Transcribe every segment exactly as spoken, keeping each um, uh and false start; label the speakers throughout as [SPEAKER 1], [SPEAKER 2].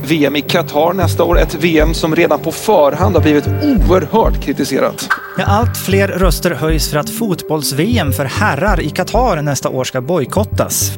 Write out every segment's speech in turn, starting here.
[SPEAKER 1] V M i Qatar nästa år. Ett V M som redan på förhand har blivit oerhört kritiserat.
[SPEAKER 2] Ja, allt fler röster höjs för att fotbolls-V M för herrar i Qatar nästa år ska bojkottas.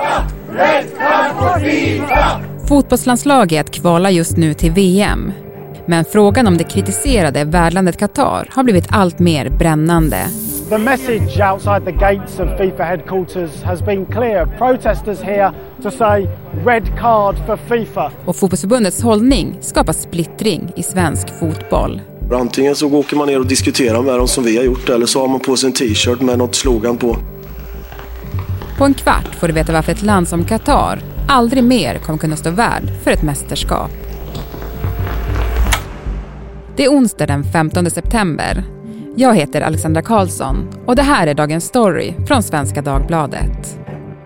[SPEAKER 3] Fotbollslandslaget kvalar just nu till V M. Men frågan om det kritiserade värdlandet Qatar har blivit allt mer brännande.
[SPEAKER 4] The message outside the gates of FIFA headquarters has been clear. Protesters here to say red card for FIFA.
[SPEAKER 3] Och fotbollsförbundets hållning skapar splittring i svensk fotboll.
[SPEAKER 5] Antingen så åker man ner och diskuterar med dem som vi har gjort, eller så har man på sig en t-shirt med något slogan på.
[SPEAKER 3] På en kvart får du veta varför ett land som Qatar aldrig mer kommer kunna stå värd för ett mästerskap. Det är onsdag den femtonde september. Jag heter Alexandra Karlsson och det här är dagens story från Svenska Dagbladet.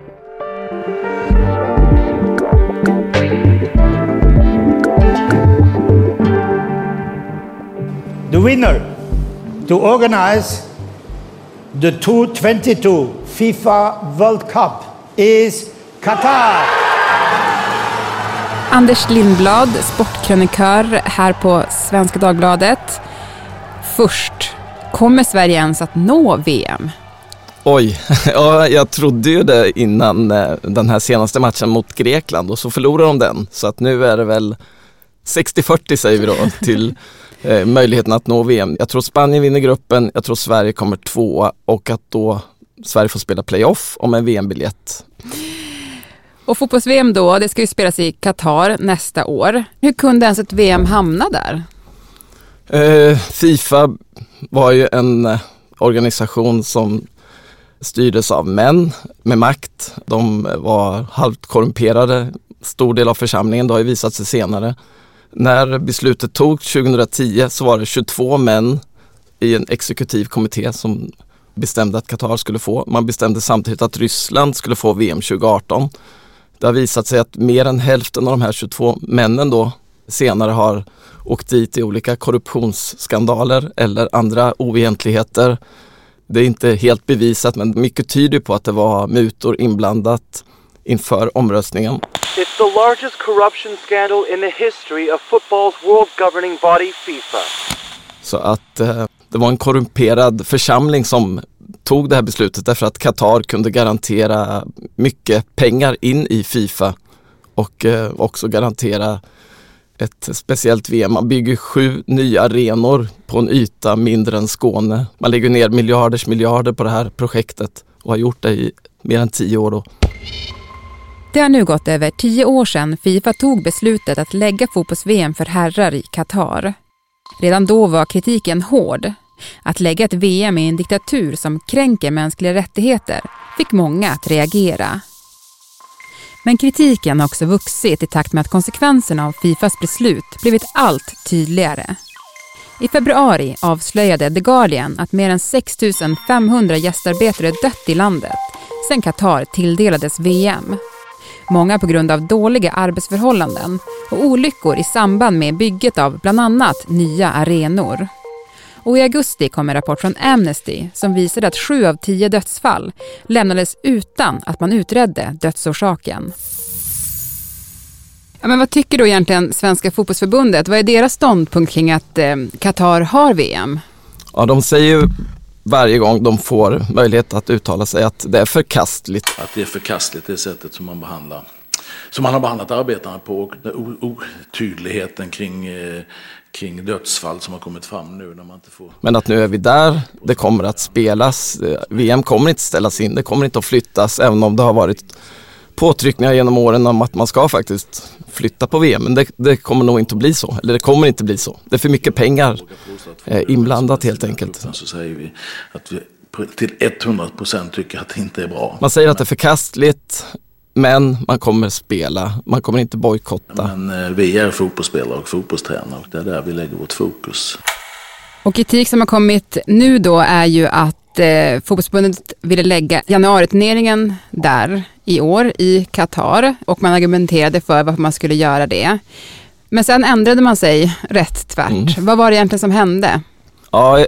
[SPEAKER 6] The winner to organize the tjugo tjugotvå FIFA World Cup is Qatar.
[SPEAKER 3] Anders Lindblad, sportkrönikör här på Svenska Dagbladet. Först, kommer Sverige ens att nå V M?
[SPEAKER 7] Oj, ja, jag trodde ju det innan den här senaste matchen mot Grekland och så förlorade de den. Så att nu är det väl sextio fyrtio säger vi då till eh, möjligheten att nå V M. Jag tror Spanien vinner gruppen, jag tror Sverige kommer tvåa och att då Sverige får spela playoff om en V M-biljett.
[SPEAKER 3] Och fotbolls-V M då, det ska ju spelas i Qatar nästa år. Hur kunde ens ett V M hamna där?
[SPEAKER 7] Eh, FIFA var ju en eh, organisation som styrdes av män med makt. De var halvt korrumperade, stor del av församlingen, det har ju visat sig senare. När beslutet tog tjugohundratio så var det tjugotvå män i en exekutiv kommitté som bestämde att Qatar skulle få. Man bestämde samtidigt att Ryssland skulle få V M tjugoarton. Det har visat sig att mer än hälften av de här tjugotvå männen då senare har åkt dit i olika korruptionsskandaler eller andra oegentligheter. Det är inte helt bevisat, men mycket tyder på att det var mutor inblandat inför omröstningen.
[SPEAKER 8] It's the largest corruption scandal in the history of football's world governing body FIFA.
[SPEAKER 7] Så att eh, det var en korrumperad församling som tog det här beslutet därför att Qatar kunde garantera mycket pengar in i FIFA och eh, också garantera ett speciellt V M. Man bygger sju nya arenor på en yta mindre än Skåne. Man lägger ner miljarders miljarder på det här projektet och har gjort det i mer än tio år då.
[SPEAKER 3] Det har nu gått över tio år sedan FIFA tog beslutet att lägga fotbolls-V M för herrar i Qatar. Redan då var kritiken hård. Att lägga ett V M i en diktatur som kränker mänskliga rättigheter fick många att reagera. Men kritiken har också vuxit i takt med att konsekvenserna av FIFAs beslut blivit allt tydligare. I februari avslöjade The Guardian att mer än sex tusen femhundra gästarbetare dött i landet sedan Qatar tilldelades V M. Många på grund av dåliga arbetsförhållanden och olyckor i samband med bygget av bland annat nya arenor. Och i augusti kom en rapport från Amnesty som visade att sju av tio dödsfall lämnades utan att man utredde dödsorsaken. Ja, men vad tycker då egentligen Svenska fotbollsförbundet? Vad är deras ståndpunkt kring att eh, Qatar har V M?
[SPEAKER 7] Ja, de säger ju varje gång de får möjlighet att uttala sig att det är förkastligt.
[SPEAKER 9] Att det är förkastligt det sättet som man behandlar, som man har behandlat arbetarna på och otydligheten kring, eh, kring dödsfall som har kommit fram nu när man inte får.
[SPEAKER 7] Men att nu är vi där, det kommer att spelas, V M kommer inte ställas in, det kommer inte att flyttas även om det har varit påtryckningar genom åren om att man ska faktiskt flytta på V M. Men det, det kommer nog inte att bli så, eller det kommer inte bli så. Det är för mycket pengar eh, inblandat helt enkelt.
[SPEAKER 9] Så säger vi att vi till hundra procent tycker att det inte är bra.
[SPEAKER 7] Man säger att det är förkastligt, men man kommer spela, man kommer inte bojkotta.
[SPEAKER 9] Men eh, vi är fotbollsspelare och fotbollstränare och det är där vi lägger vårt fokus.
[SPEAKER 3] Och kritik som har kommit nu då är ju att eh, fotbollsförbundet ville lägga januariturneringen där i år i Qatar och man argumenterade för varför man skulle göra det. Men sen ändrade man sig rätt tvärt. Mm. Vad var det egentligen som hände?
[SPEAKER 7] Ja,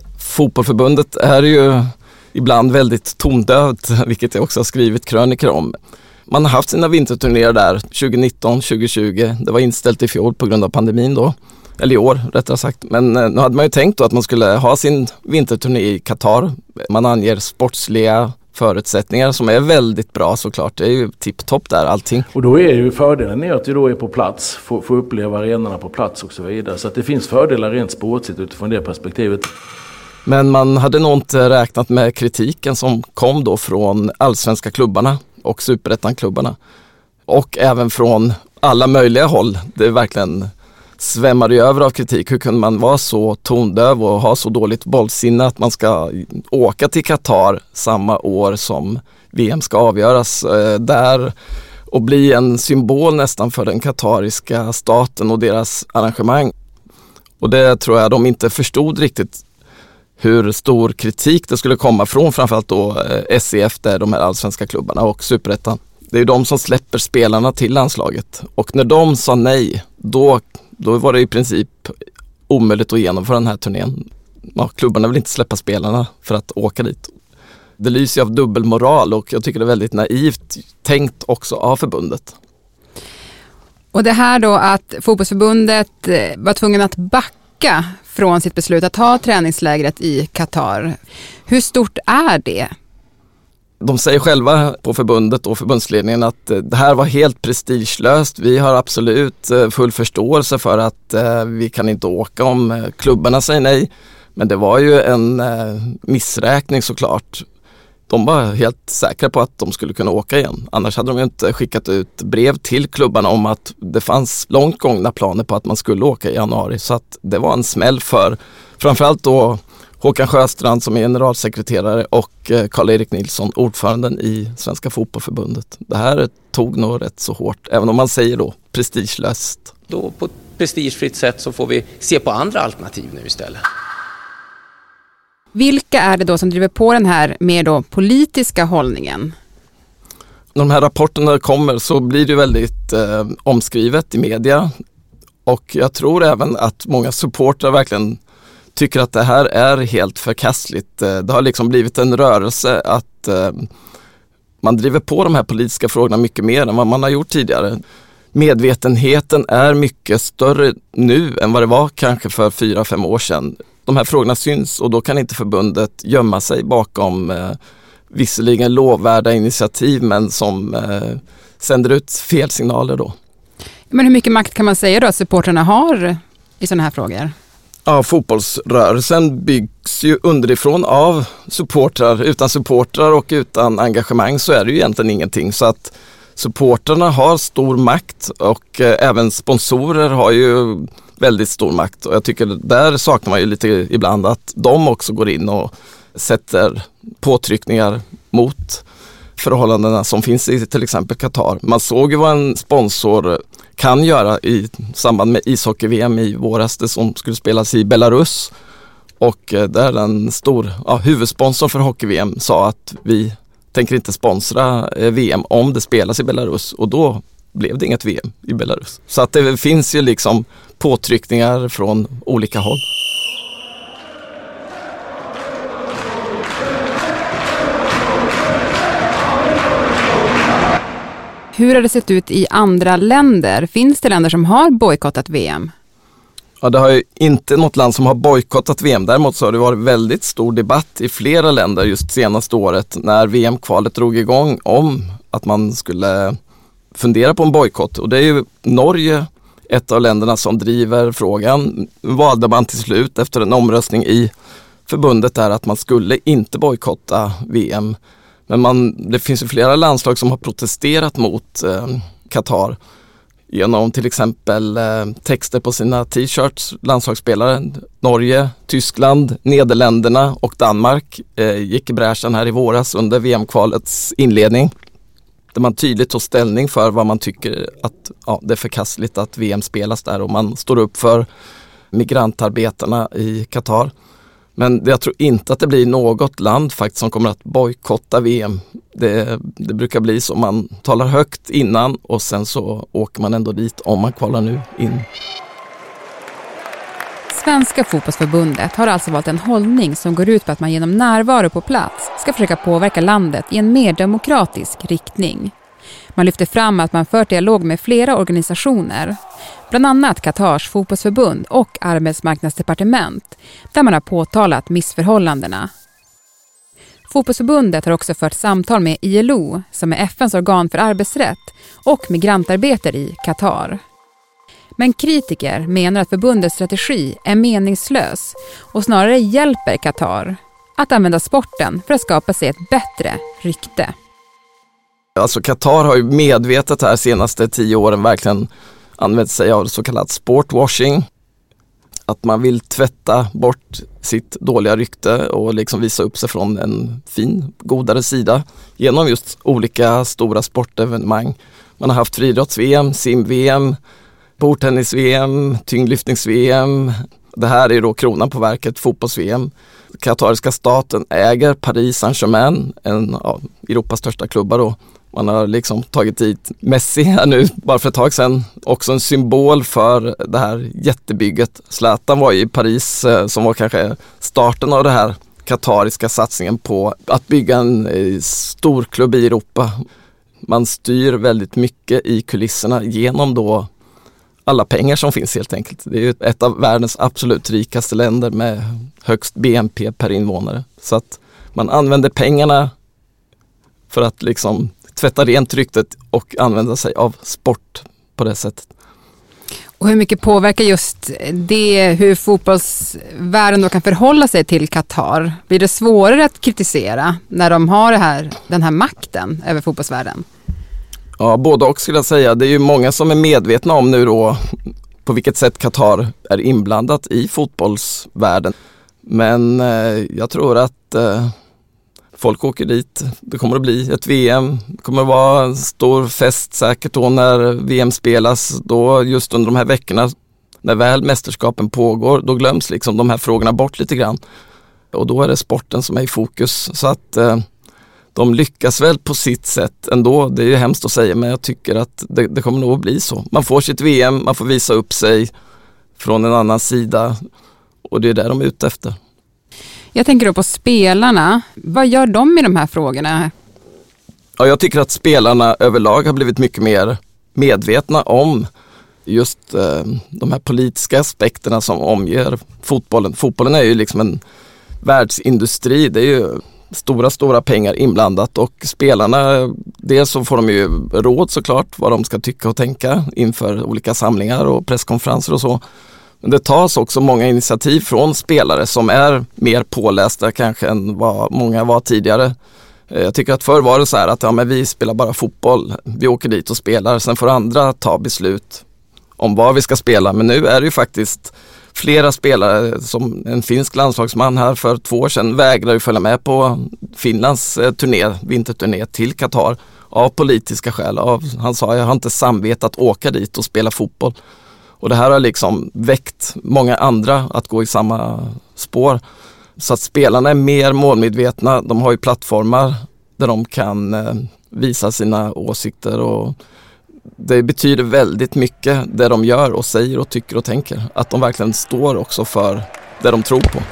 [SPEAKER 7] fotbollförbundet är ju ibland väldigt tondövt, vilket jag också har skrivit krönikor om. Man har haft sina vinterturnéer där tjugonitton tjugohundratjugo. Det var inställt i fjol på grund av pandemin då. Eller i år rättare sagt. Men nu hade man ju tänkt då att man skulle ha sin vinterturné i Qatar. Man anger sportsliga förutsättningar som är väldigt bra såklart. Det är ju tipptopp där allting.
[SPEAKER 9] Och då är ju fördelen är att du då är på plats, får, får uppleva arenorna på plats och så vidare. Så att det finns fördelar rent sportsligt utifrån det perspektivet.
[SPEAKER 7] Men man hade nog inte räknat med kritiken som kom då från allsvenska klubbarna och superettan-klubbarna. Och även från alla möjliga håll. Det är verkligen svämmade över av kritik. Hur kunde man vara så tondöv och ha så dåligt bollsinne att man ska åka till Qatar samma år som V M ska avgöras eh, där och bli en symbol nästan för den katariska staten och deras arrangemang. Och det tror jag de inte förstod riktigt hur stor kritik det skulle komma från, framförallt då eh, S C F, där de här allsvenska klubbarna och superettan. Det är ju de som släpper spelarna till landslaget. Och när de sa nej, då, då var det i princip omöjligt att genomföra den här turnén. Ja, klubbarna vill inte släppa spelarna för att åka dit. Det lyser av dubbelmoral och jag tycker det är väldigt naivt tänkt också av förbundet.
[SPEAKER 3] Och det här då att fotbollsförbundet var tvungen att backa från sitt beslut att ha träningslägret i Qatar. Hur stort är det?
[SPEAKER 7] De säger själva på förbundet och förbundsledningen att det här var helt prestigelöst. Vi har absolut full förståelse för att vi kan inte åka om klubbarna säger nej. Men det var ju en missräkning såklart. De var helt säkra på att de skulle kunna åka igen. Annars hade de ju inte skickat ut brev till klubbarna om att det fanns långt gångna planer på att man skulle åka i januari. Så att det var en smäll för framförallt då Håkan Sjöstrand som är generalsekreterare och Karl-Erik Nilsson, ordföranden i Svenska fotbollförbundet. Det här tog nog rätt så hårt, även om man säger då prestigelöst.
[SPEAKER 10] Då på ett prestigefritt sätt så får vi se på andra alternativ nu istället.
[SPEAKER 3] Vilka är det då som driver på den här mer då politiska hållningen?
[SPEAKER 7] När de här rapporterna kommer så blir det väldigt eh, omskrivet i media. Och jag tror även att många supportrar verkligen tycker att det här är helt förkastligt. Det har liksom blivit en rörelse att eh, man driver på de här politiska frågorna mycket mer än vad man har gjort tidigare. Medvetenheten är mycket större nu än vad det var kanske för fyra, fem år sedan. De här frågorna syns och då kan inte förbundet gömma sig bakom eh, visserligen lovvärda initiativ men som eh, sänder ut fel signaler då.
[SPEAKER 3] Men hur mycket makt kan man säga då att supporterna har i sådana här frågor?
[SPEAKER 7] Ja, fotbollsrörelsen byggs ju underifrån av supportrar. Utan supportrar och utan engagemang så är det ju egentligen ingenting. Så att supporterna har stor makt och eh, även sponsorer har ju väldigt stor makt. Och jag tycker där saknar man ju lite ibland att de också går in och sätter påtryckningar mot förhållandena som finns i till exempel Qatar. Man såg ju vad en sponsor kan göra i samband med ishockey-V M i våras, det som skulle spelas i Belarus. Och där en stor ja, huvudsponsor för hockey-V M sa att vi tänker inte sponsra V M om det spelas i Belarus. Och då blev det inget V M i Belarus. Så att det finns ju liksom påtryckningar från olika håll.
[SPEAKER 3] Hur har det sett ut i andra länder? Finns det länder som har bojkottat V M?
[SPEAKER 7] Ja, det har ju inte något land som har bojkottat V M. Däremot så har det varit väldigt stor debatt i flera länder just senaste året när V M-kvalet drog igång om att man skulle fundera på en bojkott. Och det är ju Norge, ett av länderna som driver frågan. Valde man till slut efter en omröstning i förbundet där att man skulle inte bojkotta V M. Men man, det finns ju flera landslag som har protesterat mot eh, Qatar genom till exempel eh, texter på sina t-shirts, landslagsspelare. Norge, Tyskland, Nederländerna och Danmark eh, gick i bräschen här i våras under V M-kvalets inledning. Där man tydligt tog ställning för vad man tycker att ja, det är förkastligt att V M spelas där och man står upp för migrantarbetarna i Qatar. Men jag tror inte att det blir något land faktiskt som kommer att bojkotta V M. Det, det brukar bli så, man talar högt innan och sen så åker man ändå dit om man kvalar nu in.
[SPEAKER 3] Svenska fotbollsförbundet har alltså valt en hållning som går ut på att man genom närvaro på plats ska försöka påverka landet i en mer demokratisk riktning. Man lyfter fram att man fört dialog med flera organisationer, bland annat Qatars fotbollsförbund och arbetsmarknadsdepartement, där man har påtalat missförhållandena. Fotbollsförbundet har också fört samtal med I L O, som är F N:s organ för arbetsrätt, och migrantarbetare i Qatar. Men kritiker menar att förbundets strategi är meningslös och snarare hjälper Qatar att använda sporten för att skapa sig ett bättre rykte.
[SPEAKER 7] Alltså Qatar har ju medvetet här senaste tio åren verkligen använt sig av så kallad sportwashing. Att man vill tvätta bort sitt dåliga rykte och liksom visa upp sig från en fin, godare sida genom just olika stora sportevenemang. Man har haft friidrotts-V M, sim-V M, bordtennis-V M, tyngdlyftnings-V M. Det här är då kronan på verket, fotbolls-V M. Qatariska staten äger Paris Saint-Germain, en av Europas största klubbar då. Man har liksom tagit dit Messi här nu, bara för ett tag sedan. Också en symbol för det här jättebygget. Zlatan var i Paris som var kanske starten av det här qatariska satsningen på att bygga en stor klubb i Europa. Man styr väldigt mycket i kulisserna genom då alla pengar som finns helt enkelt. Det är ju ett av världens absolut rikaste länder med högst B N P per invånare. Så att man använder pengarna för att liksom tvätta rent ryktet och använda sig av sport på det sättet.
[SPEAKER 3] Och hur mycket påverkar just det hur fotbollsvärlden då kan förhålla sig till Qatar? Blir det svårare att kritisera när de har det här, den här makten över fotbollsvärlden?
[SPEAKER 7] Ja, både och skulle jag säga. Det är ju många som är medvetna om nu då på vilket sätt Qatar är inblandat i fotbollsvärlden. Men eh, jag tror att eh, folk åker dit. Det kommer att bli ett V M. Det kommer att vara en stor fest säkert då när V M spelas. Då just under de här veckorna när väl mästerskapen pågår, då glöms liksom de här frågorna bort lite grann. Och då är det sporten som är i fokus. Så att eh, de lyckas väl på sitt sätt ändå. Det är ju hemskt att säga, men jag tycker att det, det kommer nog att bli så. Man får sitt V M, man får visa upp sig från en annan sida. Och det är det de är ute efter.
[SPEAKER 3] Jag tänker då på spelarna. Vad gör de i de här frågorna?
[SPEAKER 7] Ja, jag tycker att spelarna överlag har blivit mycket mer medvetna om just eh, de här politiska aspekterna som omger fotbollen. Fotbollen är ju liksom en världsindustri. Det är ju stora, stora pengar inblandat och spelarna, dels så får de ju råd såklart vad de ska tycka och tänka inför olika samlingar och presskonferenser och så. Men det tas också många initiativ från spelare som är mer pålästa kanske än vad många var tidigare. Jag tycker att förr var det så här att ja, men vi spelar bara fotboll, vi åker dit och spelar, sen får andra ta beslut om vad vi ska spela. Men nu är det ju faktiskt flera spelare, som en finsk landslagsman här för två år sedan vägrade följa med på Finlands turné, vinterturné till Qatar av politiska skäl. Av, han sa jag har inte samvete att åka dit och spela fotboll. Och det här har liksom väckt många andra att gå i samma spår. Så att spelarna är mer målmedvetna. De har ju plattformar där de kan eh, visa sina åsikter. Och det betyder väldigt mycket det de gör och säger och tycker och tänker. Att de verkligen står också för det de tror på.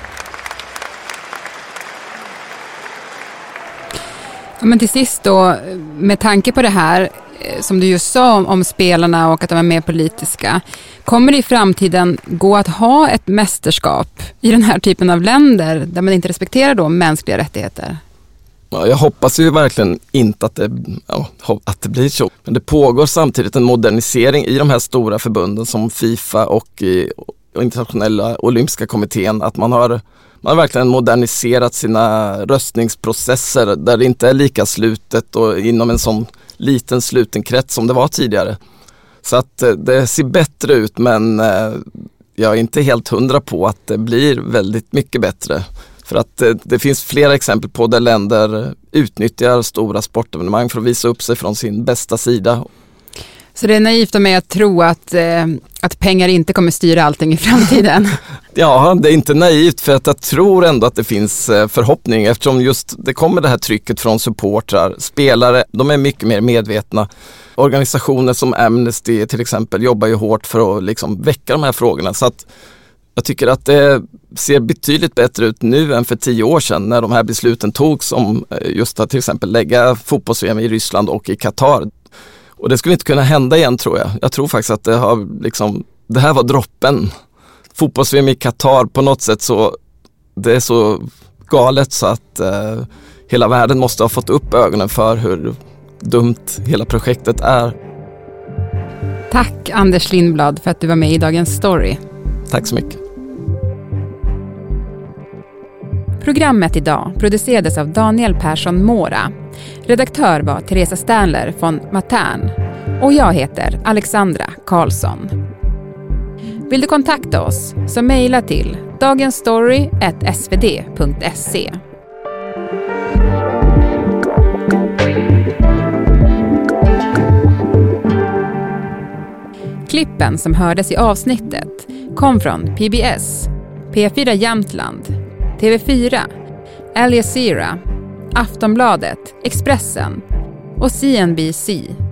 [SPEAKER 3] Ja, men till sist då, med tanke på det här som du just sa om, om spelarna och att de är mer politiska. Kommer det i framtiden gå att ha ett mästerskap i den här typen av länder där man inte respekterar då mänskliga rättigheter?
[SPEAKER 7] Ja, jag hoppas ju verkligen inte att det, ja, att det blir så. Men det pågår samtidigt en modernisering i de här stora förbunden som FIFA och i internationella olympiska kommittén. Att man har, man har verkligen moderniserat sina röstningsprocesser där det inte är lika slutet och inom en sån liten sluten krets som det var tidigare. Så att det ser bättre ut, men jag är inte helt hundra på att det blir väldigt mycket bättre. För att det, det finns flera exempel på där länder utnyttjar stora sportevenemang för att visa upp sig från sin bästa sida.
[SPEAKER 3] Så det är naivt av mig att tro att, eh, att pengar inte kommer styra allting i framtiden?
[SPEAKER 7] Ja, det är inte naivt, för att jag tror ändå att det finns förhoppning, eftersom just det kommer det här trycket från supportrar. Spelare, de är mycket mer medvetna. Organisationer som Amnesty till exempel jobbar ju hårt för att liksom väcka de här frågorna. Så att Jag tycker att det ser betydligt bättre ut nu än för tio år sedan när de här besluten togs om just att till exempel lägga fotbolls-V M i Ryssland och i Qatar. Och det skulle inte kunna hända igen, tror jag. Jag tror faktiskt att det har liksom, det här var droppen. Fotbolls-V M i Qatar på något sätt så, det är så galet så att eh, hela världen måste ha fått upp ögonen för hur dumt hela projektet är.
[SPEAKER 3] Tack Anders Lindblad för att du var med i Dagens Story.
[SPEAKER 7] Tack så mycket.
[SPEAKER 3] Programmet idag producerades av Daniel Persson Mora. Redaktör var Teresa Stanler från Matern. Och jag heter Alexandra Karlsson. Vill du kontakta oss så mejla till dagensstory at s v d punkt se. Klippen som hördes i avsnittet kom från P B S, P fyra Jämtland, T V fyra, Al Jazeera, Aftonbladet, Expressen och C N B C.